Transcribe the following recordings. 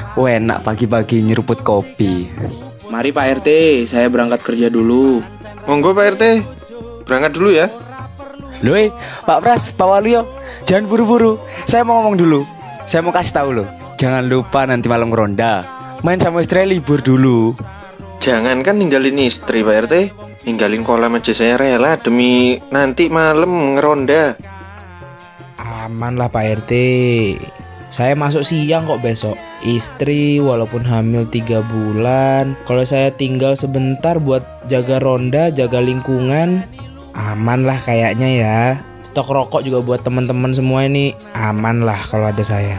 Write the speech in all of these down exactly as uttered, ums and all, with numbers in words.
Wah, enak pagi-pagi nyeruput kopi. Mari Pak R T, saya berangkat kerja dulu. Monggo Pak R T, berangkat dulu ya. Loh, eh, Pak Pras, Pak Waluyo, jangan buru-buru. Saya mau ngomong dulu. Saya mau kasih tahu loh. Jangan lupa nanti malam ngeronda. Main sama istri libur dulu. Jangan kan ninggalin istri Pak R T, ninggalin kolam aja saya rela demi nanti malam ngeronda. Aman lah Pak R T. Saya masuk siang kok besok. Istri walaupun hamil tiga bulan, kalau saya tinggal sebentar buat jaga ronda, jaga lingkungan, aman lah kayaknya ya. Stok rokok juga buat teman-teman semua ini aman lah kalau ada saya.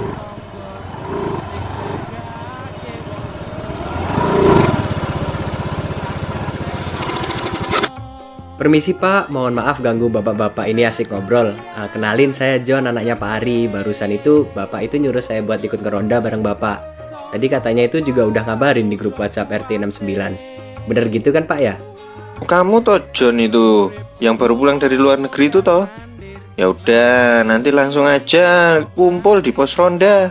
Permisi Pak, mohon maaf ganggu bapak-bapak ini asik ngobrol. Uh, kenalin saya John, anaknya Pak Ari. Barusan itu bapak itu nyuruh saya buat ikut ngeronda bareng bapak. Tadi katanya itu juga udah ngabarin di grup WhatsApp R T enam sembilan. Bener gitu kan Pak ya? Kamu toh John itu yang baru pulang dari luar negeri itu toh? Ya udah, nanti langsung aja kumpul di pos ronda.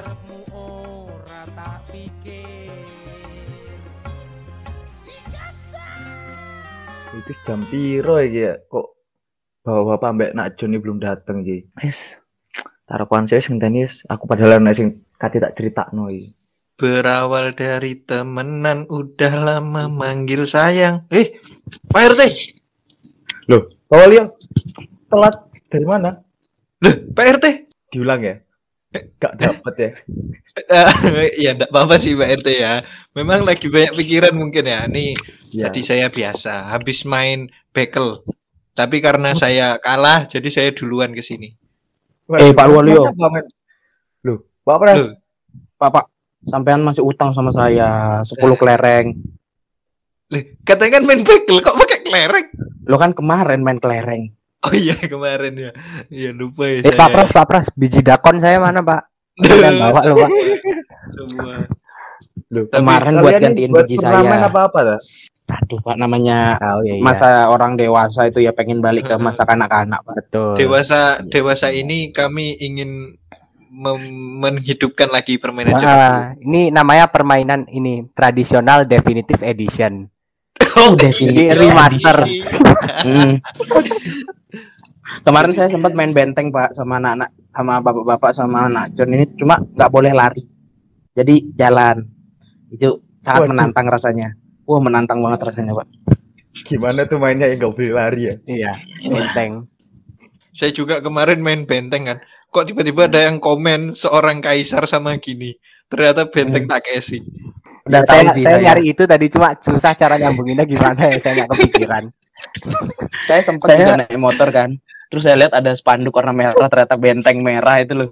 Itu jam piro iki ya? Kok bawa-bapak mbak Nak Joni belum dateng iki? Wis. Taruhan saya sing tenis, aku padahal nek sing kate tak critakno iki. Berawal dari temenan udah lama manggil sayang. Eh, Pak R T. Loh, Pak Waluyo. Telat dari mana? Loh, Pak R T. Diulang ya? Gak dapet ya? Ya enggak apa-apa sih Pak R T ya. Memang lagi banyak pikiran mungkin ya. Nih Ya. tadi saya biasa habis main bekel. Tapi karena saya kalah jadi saya duluan ke sini. Eh, Pak Waluyo. Loh, Pak Pras. Loh, Pak, Pak, sampean masih utang sama saya sepuluh kelereng. Lih, katanya kan main bekel kok pakai kelereng? Lo kan kemarin main kelereng. Oh iya kemarin ya. Iya lupa ya Eh saya. Pak Pras, Pak Pras, biji dakon saya mana Pak? Kalian bawa loh Pak. Semua. Loh, Kemarin kalian buat ini gantiin buat biji turnamen saya. apa-apa dah? Aduh Pak, namanya Oh iya iya. masa orang dewasa itu ya pengen balik ke masa kanak-kanak Pak. Betul. Dewasa dewasa ini kami ingin mem- menghidupkan lagi permainan Jepang. Nah, ini namanya permainan ini tradisional definitive edition. Oh, Jadi iya. remaster. Hmm. Kemarin saya sempat main benteng Pak sama anak-anak, sama bapak-bapak sama anak John ini, cuma nggak boleh lari. Jadi jalan. Itu sangat Waduh. menantang rasanya. Wah, menantang banget rasanya Pak. Gimana tuh mainnya yang gak boleh lari ya? Iya, benteng. Saya juga kemarin main benteng kan. Kok tiba-tiba ada yang komen seorang kaisar sama gini. Ternyata benteng Takeshi. Udah saya tahu sih saya saya. nyari itu tadi cuma susah cara nyambunginnya gimana ya, saya nggak kepikiran. Saya sempat Saya- juga naik motor kan. Terus saya lihat ada spanduk warna merah, ternyata benteng merah itu loh.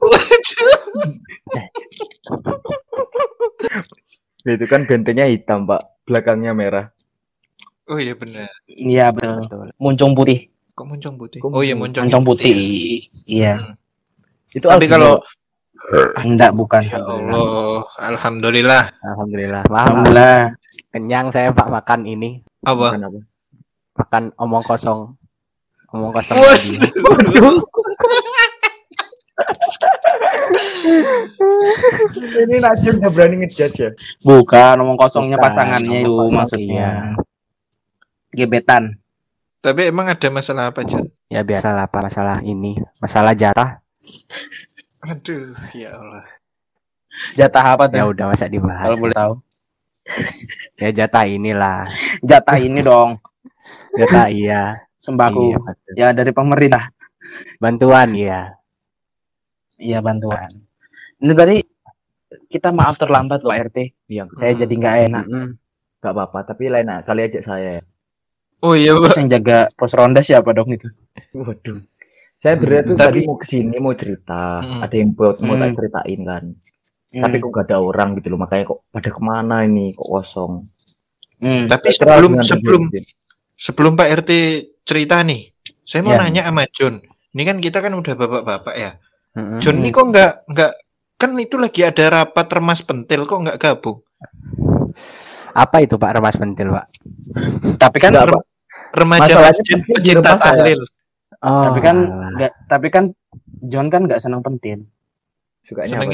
Itu kan bentengnya hitam, Pak. Belakangnya merah. Oh iya benar. Iya betul. Betul. Muncung putih. Kok moncong putih? Kok Oh iya moncong? moncong. Muncung putih. Iya. Itu Tapi albino. kalau Enggak, bukan. ya Allah, alhamdulillah. Alhamdulillah. Maaf, Pak. Alhamdulillah. Kenyang saya Pak makan ini, Apa? Bukan apa? makan omong kosong. Omong kosong Waduh. tadi. Ini Najib udah berani ngejudge ya? Bukan, omong kosongnya Bukan, pasangannya omong itu kosong, maksudnya. iya. Gebetan. Tapi emang ada masalah apa, Jan? Ya biasalah Pak, masalah ini, masalah jatah. Aduh, ya Allah. Jatah apa tuh? Ya udah masa dibahas. Kalau boleh tahu. Ya jatah inilah. Jatah ini dong, Jatah iya. sembako. Iya, betul. Ya dari pemerintah. Bantuan ya. Iya, bantuan. Ini tadi kita maaf terlambat loh R T. Iya. Saya jadi nggak enak. Gak apa-apa, tapi lain nah, kali ajak saya. Oh iya, Terus Pak. yang jaga pos ronda siapa dong itu? Waduh. Saya bener tuh Tapi- tadi mau kesini mau cerita, Hmm. ada yang buat mau tak Hmm. ceritain kan. Hmm. Tapi kok gak ada orang gitu loh, makanya kok pada kemana ini, kok kosong. Hmm. Tapi Saya kira sebelum dengan sebelum terjadi. sebelum Pak R T cerita nih, saya mau Ya. nanya sama John. Ini kan kita kan udah bapak-bapak ya. Mm-mm. John ini kok nggak nggak kan itu lagi ada rapat remas pentil kok nggak gabung? Apa itu Pak remas pentil Pak? Tapi kan Enggak, Pak. Remaja Masalahnya masjid pentil di pecinta rumah saya. tahlil. Oh, tapi kan alah. nggak tapi kan John kan nggak senang pentil. Sukanya Senengnya? apa? Sih?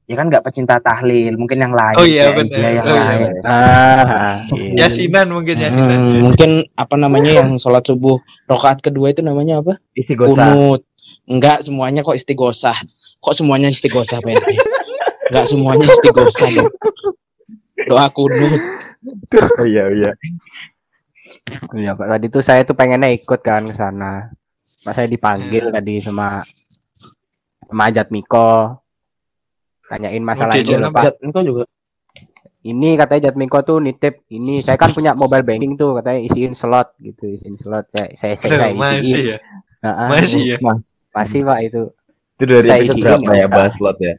ya kan nggak pecinta tahlil, mungkin yang lain. Oh iya, kayak benar. dia yang Oh iya. lain. Ah, iya. Yasinan mungkin yasinan. Hmm, mungkin apa namanya yang sholat subuh rakaat kedua itu namanya apa? Istighosah. Kunut. Enggak semuanya kok istighosah. Kok semuanya istighosah P R T? Enggak semuanya istighosah. Dong. Doa kunut. Oh iya iya. Iya, Pak. Tadi tuh saya tuh pengennya ikut kan ke sana. Pak saya dipanggil Hmm. tadi sama sama Ajat Miko. Tanyain masalah Mau ini diajak loh, apa? Pak. Jat, engkau juga. Ini katanya Jat Miko tuh nitip ini. Saya kan punya mobile banking tuh, katanya isiin slot gitu, isiin slot. Saya saya saya, saya Aduh, masih isiin. ya. Heeh. Masih ya. Masih Pak itu. Itu dari Saya episode isiin berapa ya ya udah. bahas slot ya?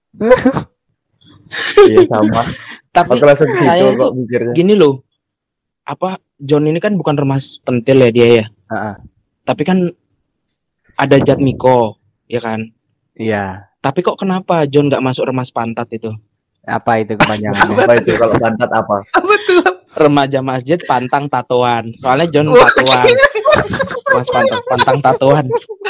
Iya sama. Tapi Aku langsung ke situ saya kok tuh mikirnya. gini loh. Apa John ini kan bukan remas pentil ya dia ya. Heeh. Tapi kan ada Jat Miko, ya kan? Iya. Tapi kok kenapa John nggak masuk remas pantat itu? Apa itu kepanjangannya? Apa itu kalau pantat apa? Apa tuh? Remaja masjid pantang tatoan. Soalnya John Wah, tatoan. Mas pantang, pantang tatoan.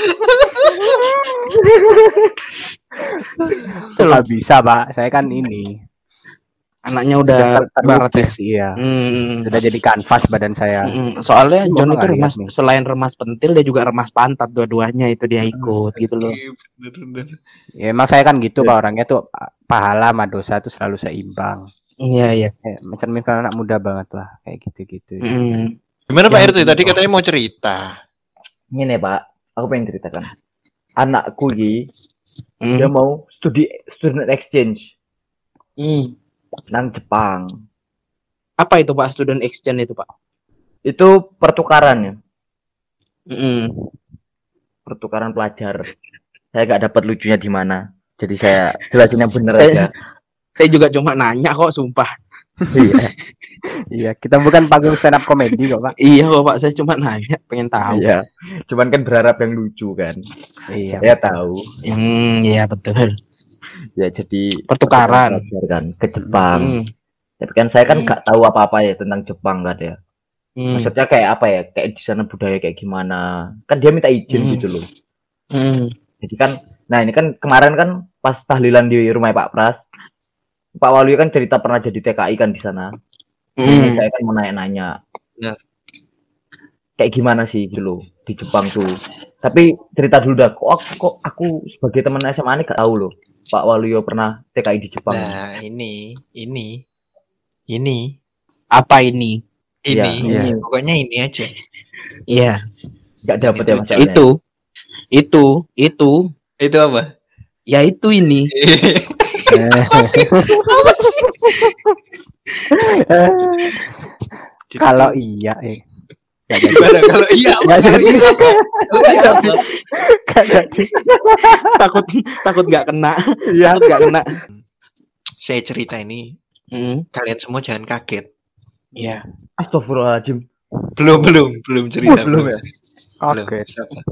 Itu nggak bisa, Pak. Saya kan ini. Anaknya udah Sudah ter- barat ya. terlukis, iya. Hmm. Sudah jadi kanvas badan saya. Mm-mm. Soalnya Gua John nggak itu lihat remas nih. selain remas pentil dia juga remas pantat, dua-duanya itu dia ikut gitu loh. Iya, bener-bener. Ya, emang saya kan gitu, Iya. Pak. Orangnya tuh pahala sama dosa tuh selalu seimbang. Iya iya. Eh, mencerminkan anak muda banget lah, kayak gitu-gitu. Mm. Gimana Pak Yang- R T? Tadi katanya mau cerita. Ini Pak, aku pengen ceritakan. Anakku ini Mm. dia mau studi student exchange Mm. nang Jepang. Apa itu Pak student exchange itu Pak? Itu pertukaran ya, Mm. pertukaran pelajar. Saya gak dapat lucunya di mana. Jadi saya jelasin yang bener Saya- aja. Saya juga cuma nanya kok, sumpah. Iya, Iya, kita bukan panggung stand up comedy kok, Pak. Iya kok Pak, saya cuma nanya, pengen tahu. iya. Cuman kan berharap yang lucu kan. Iya. Saya tahu. Hmm, iya betul. Ya jadi Pertukaran. pelajar kan ke Jepang. Hmm. Tapi kan saya kan Hmm. gak tahu apa-apa ya tentang Jepang kan ya. Hmm. Maksudnya kayak apa ya? Kayak di sana budaya kayak gimana? Kan dia minta izin Hmm. gitu loh. Hmm. Jadi kan, nah ini kan kemarin kan pas tahlilan di rumah Pak Pras, Pak Waluyo kan cerita pernah jadi T K I kan di sana. Jadi Hmm. saya kan mau nanya-nanya. Benar. Kayak gimana sih gitu loh di Jepang tuh. Tapi cerita dulu dah. Kok aku, kok aku sebagai teman S M A ini gak tahu loh. Pak Waluyo pernah T K I di Jepang. Nah, ini, ini, ini, Apa ini? Iya, ini, iya. pokoknya ini aja. Iya. Gak dapet ya masalahnya. Itu, itu, itu, Itu apa? ya itu ini. Jadi Kalau tuh, iya, eh. Gak jadi. gimana kalau iya apa? Nggak Kalau jadi. iya apa? Kalau iya apa? Gak jadi. takut, takut nggak kena. Iya. Takut nggak kena. Saya cerita ini, Hmm. kalian semua jangan kaget. Iya. Astagfirullahaladzim. Belum, belum, belum cerita. Belum ya? Belum. Oke.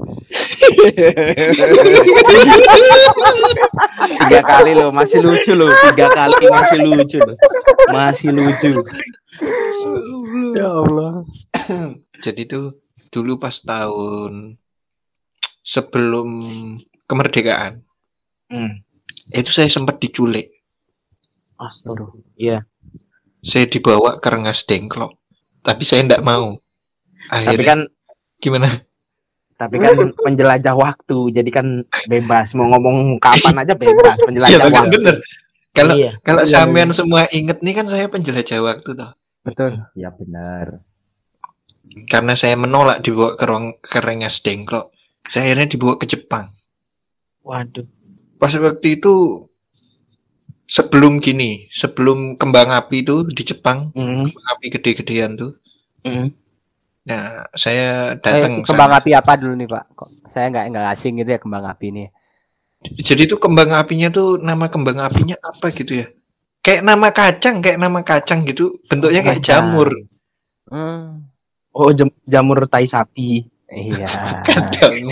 Tiga kali loh, masih lucu loh. Tiga kali masih lucu loh. Masih lucu. Ya Allah. Jadi tuh dulu pas tahun sebelum kemerdekaan, Hmm. itu saya sempat diculik. Astaga. Iya. Saya dibawa ke Rengas Dengklok, tapi saya enggak mau. Tapi Akhirnya kan, gimana? tapi kan penjelajah waktu. Jadi kan bebas. Mau ngomong kapan aja bebas. Iya, Penjelajah tapi waktu. bener. Kalau Iya. kalau Iya, sampean semua inget nih kan saya penjelajah waktu toh. Betul. Ya benar. Karena saya menolak dibawa ke ruang ke Rengas Dengklok, saya akhirnya dibawa ke Jepang. Waduh. Pas waktu itu sebelum gini, sebelum kembang api itu di Jepang, Hmm. kembang api gede-gedean tuh. Hmm. Nah, saya Eh, datang kembang sana. api apa dulu nih, Pak? Kok saya nggak nggak asing gitu ya kembang api ini. Jadi tuh kembang apinya tuh nama kembang apinya apa gitu ya? Kayak nama kacang, kayak nama kacang gitu, bentuknya kayak Kacang. jamur. Hmm. Oh, jam- jamur tai sapi. Iya. Kadang.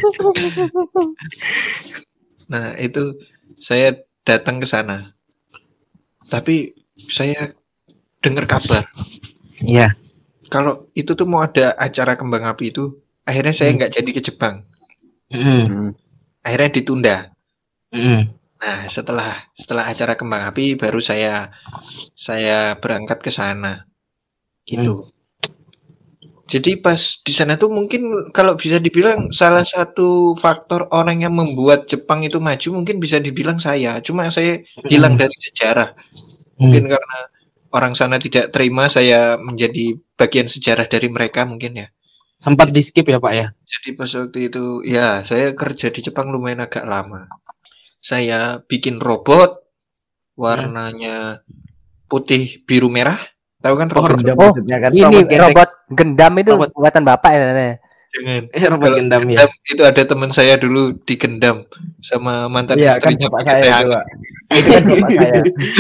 Nah, itu saya datang ke sana. Tapi saya dengar kabar Iya. kalau itu tuh mau ada acara kembang api itu, akhirnya saya Hmm. nggak jadi ke Jepang. Hmm. Hmm. Akhirnya ditunda. Hmm. Nah, Nah, setelah setelah acara kembang api baru saya saya berangkat ke sana. Gitu. Hmm. Jadi pas di sana tuh mungkin kalau bisa dibilang salah satu faktor orang yang membuat Jepang itu maju mungkin bisa dibilang saya. Cuma saya hilang dari sejarah. Mungkin hmm. karena orang sana tidak terima saya menjadi bagian sejarah dari mereka mungkin ya. Sempat di skip ya Pak ya? Jadi pas waktu itu ya saya kerja di Jepang lumayan agak lama. Saya bikin robot warnanya putih biru merah. Tahu kan robot? Oh, kan? Ini robot, robot gendam itu robot. Buatan Bapak ya? Jangan. Eh, robot Kalau gendam, gendam ya. Itu ada teman saya dulu digendam sama mantan iya, istrinya kan bapak saya itu, Pak. Itu kan bapak saya.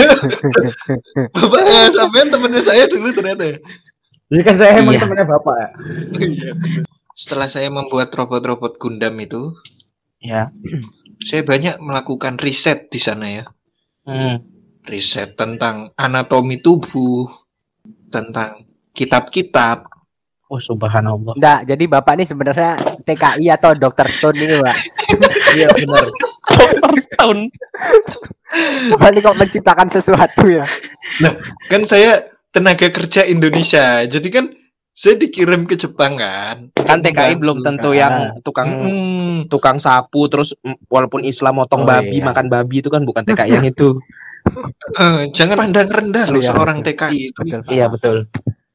Bapak sampean temannya saya dulu ternyata ya. Iya kan saya emang iya. temannya bapak ya. Setelah saya membuat robot-robot Gundam itu, ya, saya banyak melakukan riset di sana ya. Hmm. Riset tentang anatomi tubuh, tentang kitab-kitab. Oh subhanallah. Enggak, jadi Bapak ini sebenarnya T K I atau dokter Stone ini, Pak. Iya benar. dokter Stone. Bapak ini kok menciptakan sesuatu ya? Nah, kan saya tenaga kerja Indonesia. Jadi kan saya dikirim ke Jepang kan. Kan T K I belum tentu yang tukang hmm. tukang sapu terus walaupun Islam motong oh, babi, iya. makan babi itu kan bukan T K I yang itu. Uh, jangan pandang rendah loh iya, seorang T K I itu. Betul, iya betul.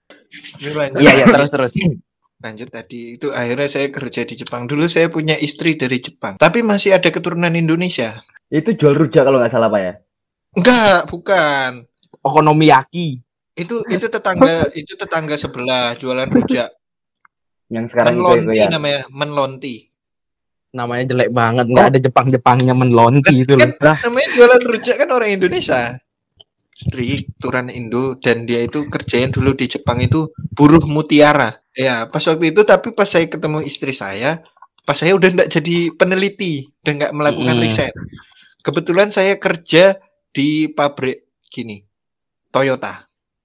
Iya iya terus terus. Lanjut tadi itu akhirnya saya kerja di Jepang. Dulu saya punya istri dari Jepang, tapi masih ada keturunan Indonesia. Itu jual rujak kalau nggak salah Pak ya? Enggak, bukan. Okonomiyaki. Itu itu tetangga itu tetangga sebelah jualan rujak. Yang sekarang Menlonti itu ya. namanya, Menlonti. Namanya jelek banget, nggak oh. ada Jepang-Jepangnya Menlonti itu loh. Kan, namanya jualan rujak kan orang Indonesia. Istri turunan Indo dan dia itu kerjain dulu di Jepang itu buruh mutiara. Ya, pas waktu itu tapi pas saya ketemu istri saya, pas saya udah enggak jadi peneliti dan enggak melakukan mm. riset. Kebetulan saya kerja di pabrik gini, Toyota.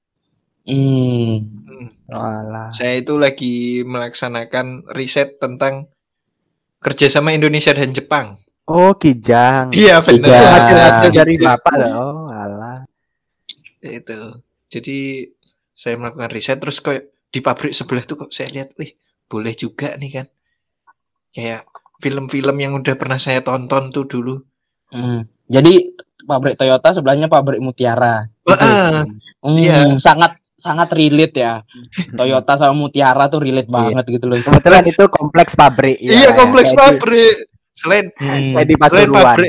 Hmm. Hmm. Saya itu lagi melaksanakan riset tentang kerjasama Indonesia dan Jepang. Oh, Kijang. Iya, benar. Hasil-hasil dari Bapak. Oh, alah. Itu. Jadi saya melakukan riset terus kayak di pabrik sebelah tuh kok saya lihat, wih, boleh juga nih kan. Kayak film-film yang udah pernah saya tonton tuh dulu. Hmm. Jadi pabrik Toyota sebelahnya pabrik Mutiara. Gitu. Uh, hmm, iya. Sangat sangat relate ya. Toyota sama Mutiara tuh relate banget gitu loh. Kebetulan itu kompleks pabrik. Ya, iya, kompleks ya, pabrik. Selain hmm. di selain pabrik.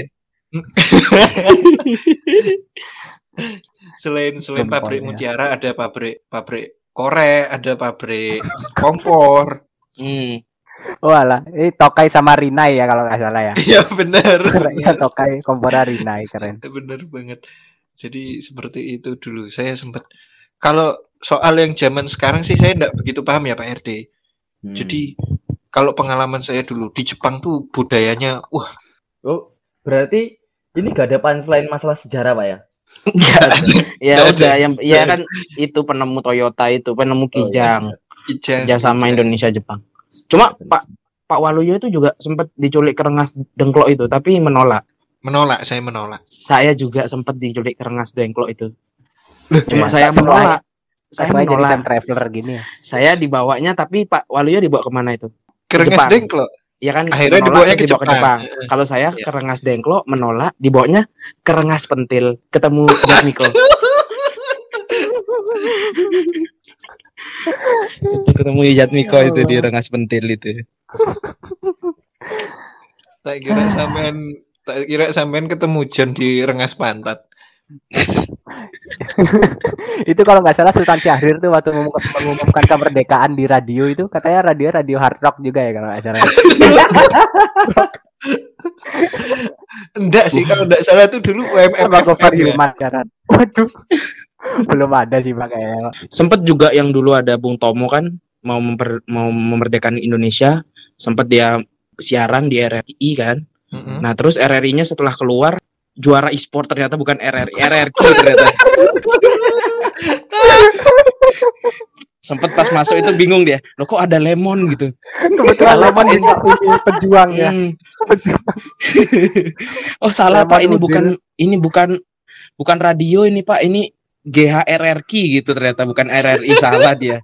selain selain pabrik Mutiara ada pabrik pabrik korek, ada pabrik kompor. Hmm. Oh alah, ini Tokai sama Rinnai ya kalau nggak salah ya. Iya benar. Ya Tokai, kompor Rinnai keren. Benar banget. Jadi seperti itu dulu. Saya sempat kalau soal yang zaman sekarang sih saya enggak begitu paham ya Pak R T. Hmm. Jadi kalau pengalaman saya dulu di Jepang tuh budayanya wah. Oh, berarti ini gak ada punchline masalah sejarah Pak ya? Ya udah yang ya kan itu penemu Toyota itu, penemu Kijang. Oh, iya. Kijang kerja sama Indonesia Jepang. Cuma Pak Pak Waluyo itu juga sempat diculik kerengas dengklok itu, tapi menolak. Menolak, saya menolak. Saya juga sempat diculik kerengas dengklok itu. Cuma ya, saya menolak. Saya menolak time traveler gini ya. Saya dibawanya tapi Pak Waluyo dibawa kemana itu? Kerengas dengklok. Ya kan akhirnya dibawanya ke Jepang. ke Jepang. Kalau saya ya. Kerengas dengklok menolak, dibawanya kerengas pentil, ketemu Jatmiko. Ketemu Jatmiko itu di Rengas Pentil itu. Tak kira sampean tak kira sampean ketemu John di Rengas Pantat. Itu kalau nggak salah Sultan Syahrir tuh waktu mengumumkan kemerdekaan di radio itu katanya radio radio hard rock juga ya kalau nggak salah. Enggak sih kalau nggak salah tuh dulu U M M F M ya. Waduh. Belum ada sih Pak kayaknya. Sempet juga yang dulu ada Bung Tomo kan mau memper, mau memerdekakan Indonesia, sempet dia siaran di R R I kan. Mm-hmm. Nah, terus R R I-nya setelah keluar juara e-sport ternyata bukan R R I, R R Q ternyata. Sempet pas masuk itu bingung dia. Loh kok ada lemon gitu. Kebetulan Lemon juga ini pejuang ya. Hmm. Pejuang. Oh salah Lemon Pak, ini Udil. bukan ini bukan bukan radio ini Pak, ini G H R R Q gitu ternyata, bukan R R I, salah dia.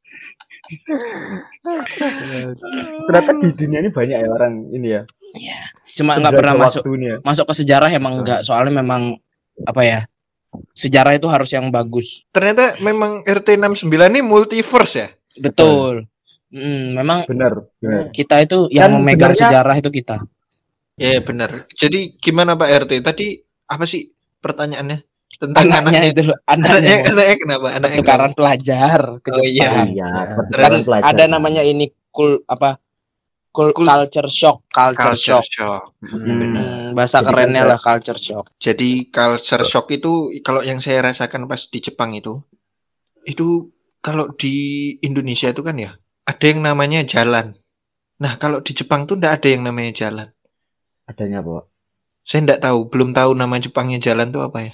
Ternyata di dunia ini banyak ya orang ini ya. Iya. Cuma nggak penjaga pernah masuk waktu ini ya. masuk ke sejarah emang enggak, soalnya memang apa ya? Sejarah itu harus yang bagus. Ternyata memang R T enam puluh sembilan ini multiverse ya. Betul. Hmm, memang Benar, benar. kita itu yang Dan memegang sebenarnya- sejarah itu kita. Ya benar. Jadi gimana Pak R T? Tadi apa sih pertanyaannya tentang Anaknya anaknya? itu loh, Anaknya, anaknya anaknya kenapa? Anaknya tukaran kenapa? pelajar ke Oh, iya. Jepang. Iya, Kan pertukaran pelajar. ada namanya ini kul apa? Kul, Kul- culture shock, culture, Culture shock. shock. Hmm, bahasa Jadi kerennya kan- lah culture shock. Jadi culture shock itu kalau yang saya rasakan pas di Jepang itu, itu kalau di Indonesia itu kan ya ada yang namanya jalan. Nah kalau di Jepang tuh ndak ada yang namanya jalan. Adanya apa, Pak? Saya ndak tahu, belum tahu nama Jepangnya jalan tuh apa ya.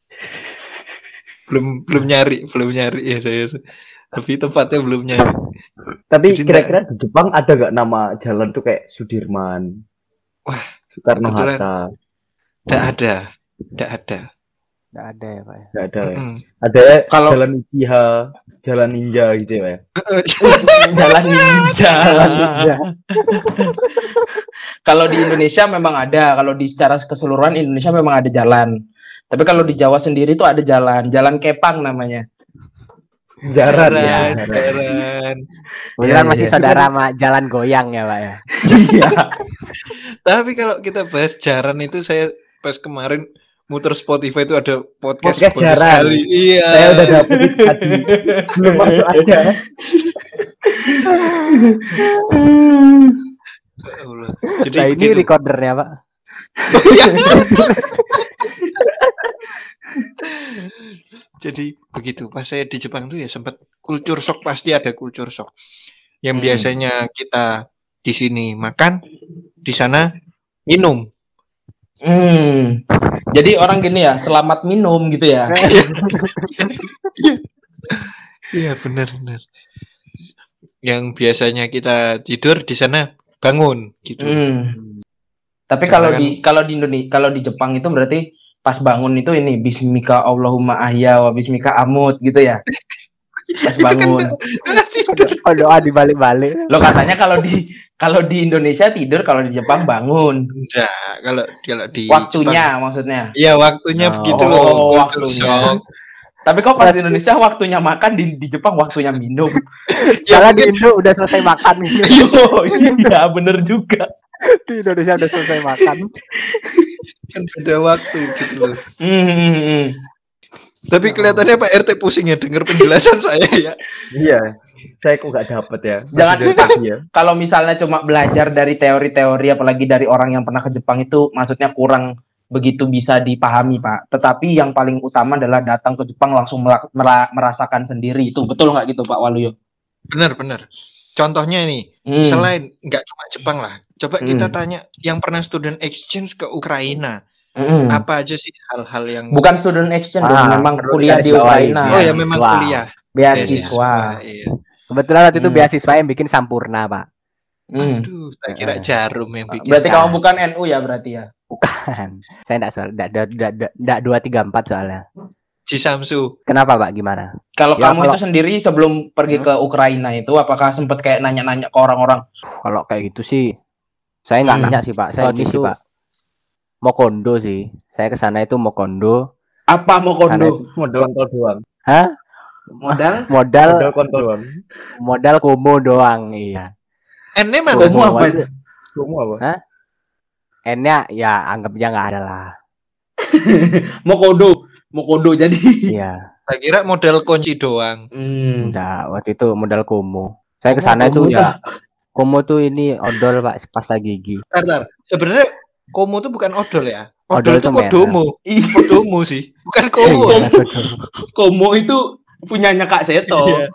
belum belum nyari, belum nyari ya saya. Tapi tempatnya belum nyari. Tapi Jadi kira-kira di Jepang ada gak nama jalan tuh kayak Sudirman? Wah, Soekarno kebetulan Hatta. Ndak ada, ndak ada. Nggak ada ya Pak ya. Gak ada ya. Mm-mm. Ada ya Kalau- jalan Uchiha, jalan ninja gitu ya, Pak ya. Jalan ninja. Jalan ninja. Kalau di Indonesia memang ada, kalau di secara keseluruhan Indonesia memang ada jalan. Tapi kalau di Jawa sendiri tuh ada jalan, Jalan Kepang namanya. Jaran ya. Jaran, Jaran. jaran. Kebetulan Iya, masih iya. saudara sama jalan goyang ya Pak ya. Iya. Tapi kalau kita bahas jaran itu saya pas kemarin muter Spotify itu ada podcast, Podcast bagus jaran. sekali. Iya. Saya udah dapet itu tadi. Belum masuk aja. Ya Allah. Jadi Nah ini begitu. recordernya Pak. Jadi begitu. Pas saya di Jepang tuh ya sempat culture shock, pasti ada culture shock. Yang Hmm. biasanya kita di sini makan, di sana minum. Hmm. Jadi orang gini ya, selamat minum gitu ya. Iya benar-benar. Yang biasanya kita tidur di sana bangun gitu. Hmm. Tapi kalau Karena di kalau di Indonesia, kalau di Jepang itu berarti pas bangun itu ini Bismika Allahumma ahya wa bismika amut gitu ya. Pas bangun. Oh doa dibalik-balik. Lo katanya kalau di kalau di Indonesia tidur, kalau di Jepang bangun. Enggak, kalau kalau di Waktunya Jepang- maksudnya. Iya waktunya Oh, begitu loh. oh, culture waktunya. shock. Tapi kok pas di Indonesia waktunya makan, di, di Jepang waktunya minum. Ya Soalnya di mungkin Indo udah selesai makan gitu. Oh iya bener juga. Di Indonesia udah selesai makan. kan beda waktu gitu loh. Hmm, hmm, hmm. Tapi kelihatannya Pak R T pusing ya dengar penjelasan saya ya. Iya. Saya kok gak dapet ya. Masih Jangan dari lupa. tadi ya. Kalau misalnya cuma belajar dari teori-teori, apalagi dari orang yang pernah ke Jepang itu, maksudnya kurang begitu bisa dipahami Pak. Tetapi yang paling utama adalah datang ke Jepang langsung mela- mera- merasakan sendiri. Itu betul nggak gitu Pak Waluyo? Benar-benar. Contohnya nih, Hmm. selain nggak cuma Jepang lah. Coba kita Hmm. tanya yang pernah student exchange ke Ukraina. Mm-mm. Apa aja sih hal-hal yang Bukan student exchange, dong, Ah, memang perlu kuliah di digarisbawahi. Ukraina. Oh ya Beasiswa. memang kuliah. Beasiswa. Iya. Kebetulan waktu itu Hmm. beasiswa yang bikin Sampurna Pak. Hmm. Aduh, tak kira Eh. jarum yang bikin. Berarti kamu bukan N U ya berarti ya? Bukan. Saya enggak soal enggak enggak dua tiga empat soalnya. Ci Samsu. Kenapa Pak? Gimana? Kalau Ya, kamu kalau- itu sendiri sebelum pergi ke Ukraina itu, apakah sempat kayak nanya-nanya ke orang-orang? Kalau kayak gitu sih saya nggak Hmm. nanya sih Pak. Saya Waktu ini sih itu- Pak. Mau kondo sih. Saya ke sana itu mau kondo. Apa mau Sana kondo? Modal kontol doang. Hah? Modal? Modal Modal kontol doang. modal komo doang, iya. N-nya mana? Kamu apa? itu. Kamu apa? N-nya ya anggapnya nggak ada lah. Mau kodo, mau kodo jadi. Iya. Tak kira modal kunci doang. Hmm. Enggak, waktu itu modal komo. Saya ke Komo, sana itu komo ya komo tuh ini odol Pak, pasta gigi. Bentar, bentar. Sebenarnya Komo tuh bukan odol ya. Odol Odol, itu itu merek. kodomo. Iya. Kodomo sih, bukan komo. Iya, kodo. Komo itu punyanya Kak Seto. Iya.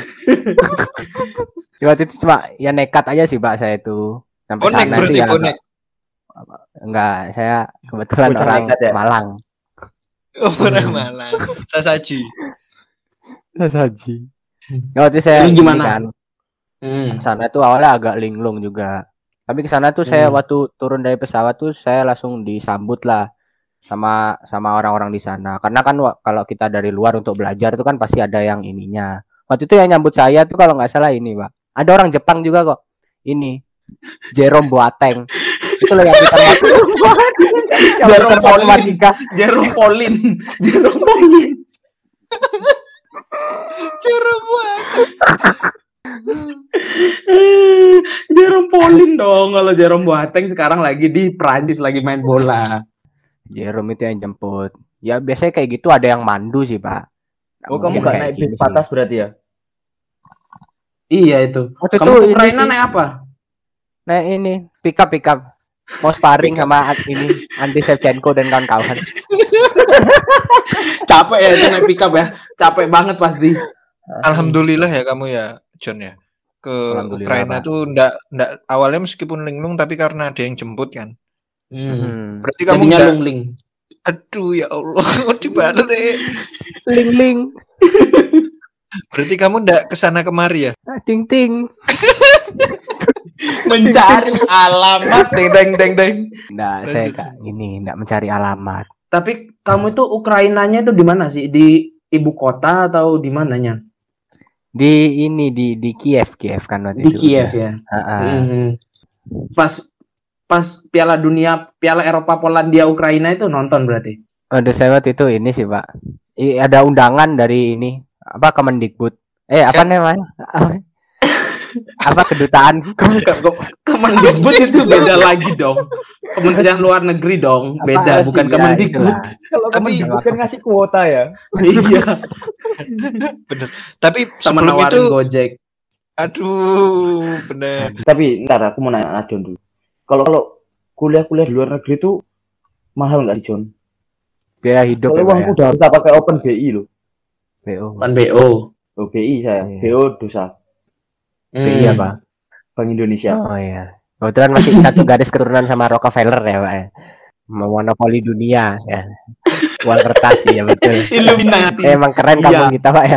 Ya, waktu itu cuma ya nekat aja sih Pak saya itu. Sampai Bonek sana itu berarti ya bonek. enggak, saya kebetulan Bocah orang nekat ya? Malang. Oh, orang Malang. Sasaji. Saji. Ya, waktu saya Terus ini gimana? kan, Hmm. sana tuh awalnya agak linglung juga. Tapi ke sana tuh saya Hmm. waktu turun dari pesawat tuh saya langsung disambut lah sama sama orang-orang di sana. Karena kan wa- kalau kita dari luar untuk belajar tuh kan pasti ada yang ininya. Waktu itu yang nyambut saya tuh kalau nggak salah ini, Pak. Ada orang Jepang juga kok. Ini Jerome Boateng. Itu loh yang Peter Mat- yang Jerome Peter Pauline. Matematika. Jerome Pauline. Jerome Pauline. Jerome Pauline dong. Kalau Jerome Boateng sekarang lagi di Prancis lagi main bola. Jerome itu yang jemput. Ya biasanya kayak gitu ada yang mandu sih, Pak. Nggak Oh, kamu mungkin gak kayak naik bis gini sih. patas berarti ya? Iya itu. Waktu Kamu itu ke ini Ukraina sih. naik apa? Nah ini pick up pick up mau sparring Pick up. sama ini Andi Shevchenko dan kawan-kawan. Capek ya itu naik pickup ya. Capek banget pasti. Alhamdulillah ya kamu ya, John ya. Ke Alhamdulillah, Ukraina Pak. tuh ndak ndak awalnya meskipun linglung tapi karena ada yang jemput kan. Hmm. Hmm. Berarti kamu Jadinya nggak. lungling. Aduh ya Allah, dibalik. Ling ling, Berarti kamu ndak kesana kemari ya? ah, ting ting. Mencari alamat deng deng deng deng. Nggak, saya kak ini nggak mencari alamat. Tapi kamu itu Ukrainanya itu di mana sih? Di ibu kota atau di mananya? Di ini di di Kiev Kiev kan waktu Di itu. Kiev udah. ya. Ah, ah. Mhm. Pas pas Piala Dunia, Piala Eropa Polandia Ukraina itu nonton berarti. Aduh saya waktu itu ini sih Pak. I, ada undangan dari ini apa Kemendikbud. Eh apa namanya? Apa kedutaan? Kemendikbud itu beda lagi dong. Kementerian Luar Negeri dong, beda Apa bukan sih? Ya, Kemendikbud. itulah. Kalau Tapi- Kemendikbud kan ngasih kuota ya. Iya, Bener. Tapi sama sebelum nawarin itu, Gojek. aduh, bener. Tapi ntar aku mau nanya John dulu. Kalau kalau kuliah-kuliah di luar negeri itu mahal nggak sih John? Biaya hidup ya Soalnya Pak ya. uangku udah harus pakai Open B I loh. B O. Kan B O. Oh, B I saya. Iya. B O dosa. B I Hmm. apa? Bank Indonesia. Oh iya. Kebetulan masih satu garis keturunan sama Rockefeller ya Pak ya. Memonopoli dunia ya. Uang kertas ya betul. Illuminati. Eh, emang keren Iya. kampung kita Pak ya.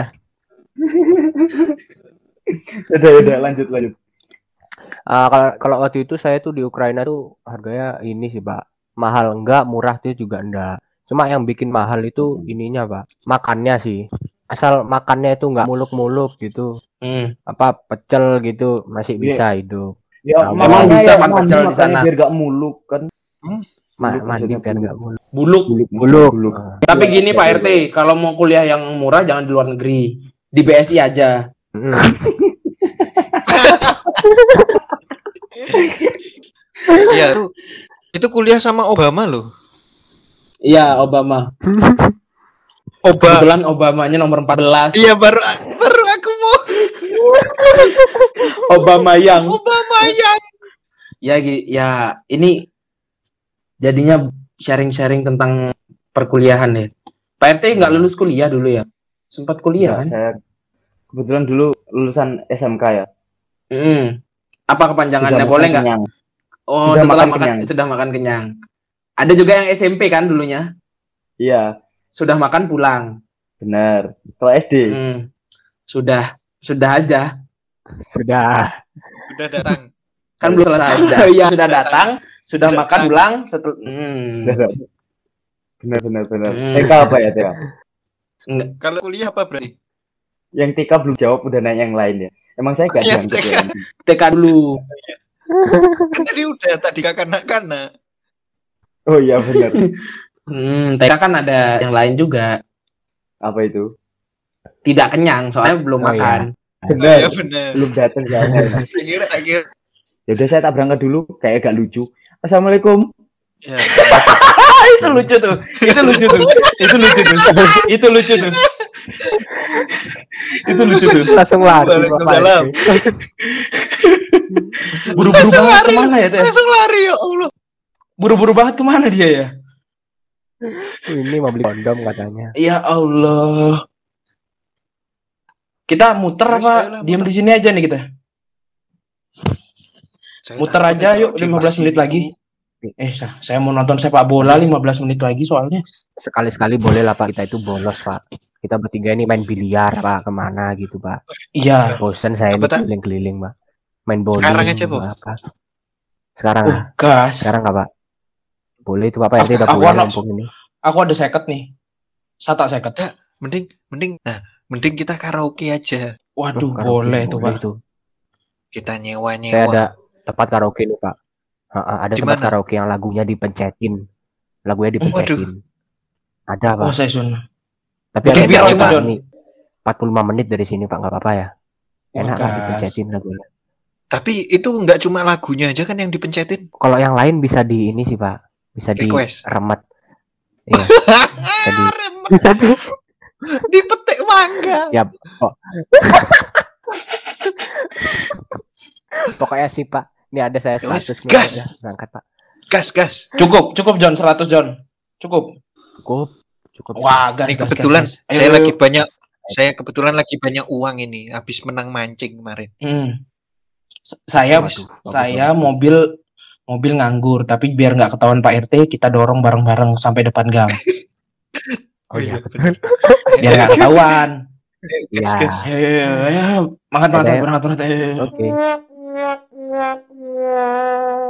Udah udah lanjut lanjut. Ah, kalau kalau waktu itu saya tuh di Ukraina tuh harganya ini sih Pak. Mahal enggak, murah tuh juga enggak. Cuma yang bikin mahal itu ininya Pak. Makannya sih. Asal makannya itu enggak muluk-muluk gitu. Hmm. Apa pecel gitu masih Iya. bisa hidup. Ya, Emang makanya bisa ya, kan mandi pecel di makanya sana? biar gak muluk kan. Ma- Buluk mandi maksudnya biar buluk. enggak muluk. Buluk. Buluk. Buluk. buluk. Ah. Tapi gini Pak R T, kalau mau kuliah yang murah jangan di luar negeri. Di B S I aja. Mm. Iya, itu itu kuliah sama Obama loh. Iya, Obama. Obama. Kebetulan Obamanya nomor empat belas. Iya, baru baru aku mau Obama yang Obama yang. ya gi- ya ini jadinya sharing-sharing tentang perkuliahan ya. Pak R T nggak lulus kuliah dulu ya? Sempat kuliah Ya, kan? saya kebetulan dulu lulusan S M K ya. Hmm. Apa kepanjangannya Sudah boleh makan nggak? kenyang. Oh, Sudah setelah makan makan, kenyang. sudah makan kenyang. Ada juga yang S M P kan dulunya. Iya, Sudah makan pulang. benar. Kalau S D, Hmm. Sudah, sudah aja. Sudah. Udah datang. Kan belum selesai. Sudah, Iya, sudah datang, sudah Sudah makan datang. pulang. Setel, hmm. benar benar benar. Hmm. T K apa ya T K? Enggak. Kalau kuliah apa berarti? Yang T K belum jawab udah nanya yang lain ya. Emang saya gak Iya, dianggap T K. ya. T K dulu. Kan tadi udah tadi kanak-kanak. Oh iya benar. Hmm, T K kan ada yang lain juga. Apa itu? Tidak kenyang, soalnya belum Oh, makan. Benar. Iya benar. Belum datang ya. Tak kira tak kira. Ya udah saya tak berangkat dulu, kayak gak lucu. Assalamualaikum. Ya. Ah, itu lucu tuh. Itu lucu tuh. Itu lucu tuh. Itu lucu tuh. Itu lucu tuh. Langsung lari Waalaikumsalam. Bapak. Buru-buru Langsung banget lari. kemana ya Teh? Langsung lari ya Allah. Buru-buru banget kemana dia ya? Ini mau beli kondom katanya. Ya Allah. Kita muter Terus, apa? ayolah, Diam muter. di sini aja nih kita. Saya Muter takut aja itu yuk, di lima belas masjid menit itu lagi. Eh, sa- saya mau nonton sepak bola lima belas menit lagi soalnya. Sekali-sekali boleh lah Pak, kita itu bolos Pak. Kita bertiga ini main biliar Pak, kemana gitu Pak. Iya. Bosan saya Apa, ini Tak? keliling-keliling Pak. Main bowling. Sekarang aja, Bu. Apa. Sekarang Oh, ah? gas. Sekarang nggak Pak? Boleh itu Pak, Pak R T udah Aku pulang anak- mumpung ini. Aku ada seket nih. Sata seket. Tak, mending mending nah, mending kita karaoke aja. Waduh, Karaoke, boleh tuh, boleh Pak. itu. Kita nyewa-nyewa. Saya ada tempat karaoke nih Pak. Ha, ha, ada Di tempat mana? karaoke yang lagunya dipencetin. Lagunya dipencetin. Ada Pak. Oh, saya sun. Tapi Oke, ada biar berapa cuma- nih? empat puluh lima menit dari sini Pak, nggak apa-apa ya? Enak Wah, lah gas. dipencetin lagunya. Tapi itu nggak cuma lagunya aja kan yang dipencetin. Kalau yang lain bisa di ini sih Pak, bisa Request. diremet. Iya. Bisa di, Remet. bisa di. Dipetik mangga. Ya, oh. Pokoknya sih Pak, ini ada saya Ya wes, status nih, gas. udah berangkat Pak. Gas, gas. Cukup, cukup John, seratus John. Cukup. Cukup, cukup. Wah, gas. Ini gas, kebetulan gas, gas. Ayo, saya ayo. lagi banyak saya kebetulan lagi banyak uang ini habis menang mancing kemarin. Hmm. S- Saya Waduh, bagus, saya bagus. mobil mobil nganggur, tapi biar nggak ketahuan Pak R T, kita dorong bareng-bareng sampai depan gang. Oh iya. benar. Biar nggak ketahuan. Ayo, gas, Iya. gas. Ayo, ayo, ayo, ayo. Mangat, mangat, Ayo. mangat, mangat, ayo. Oke.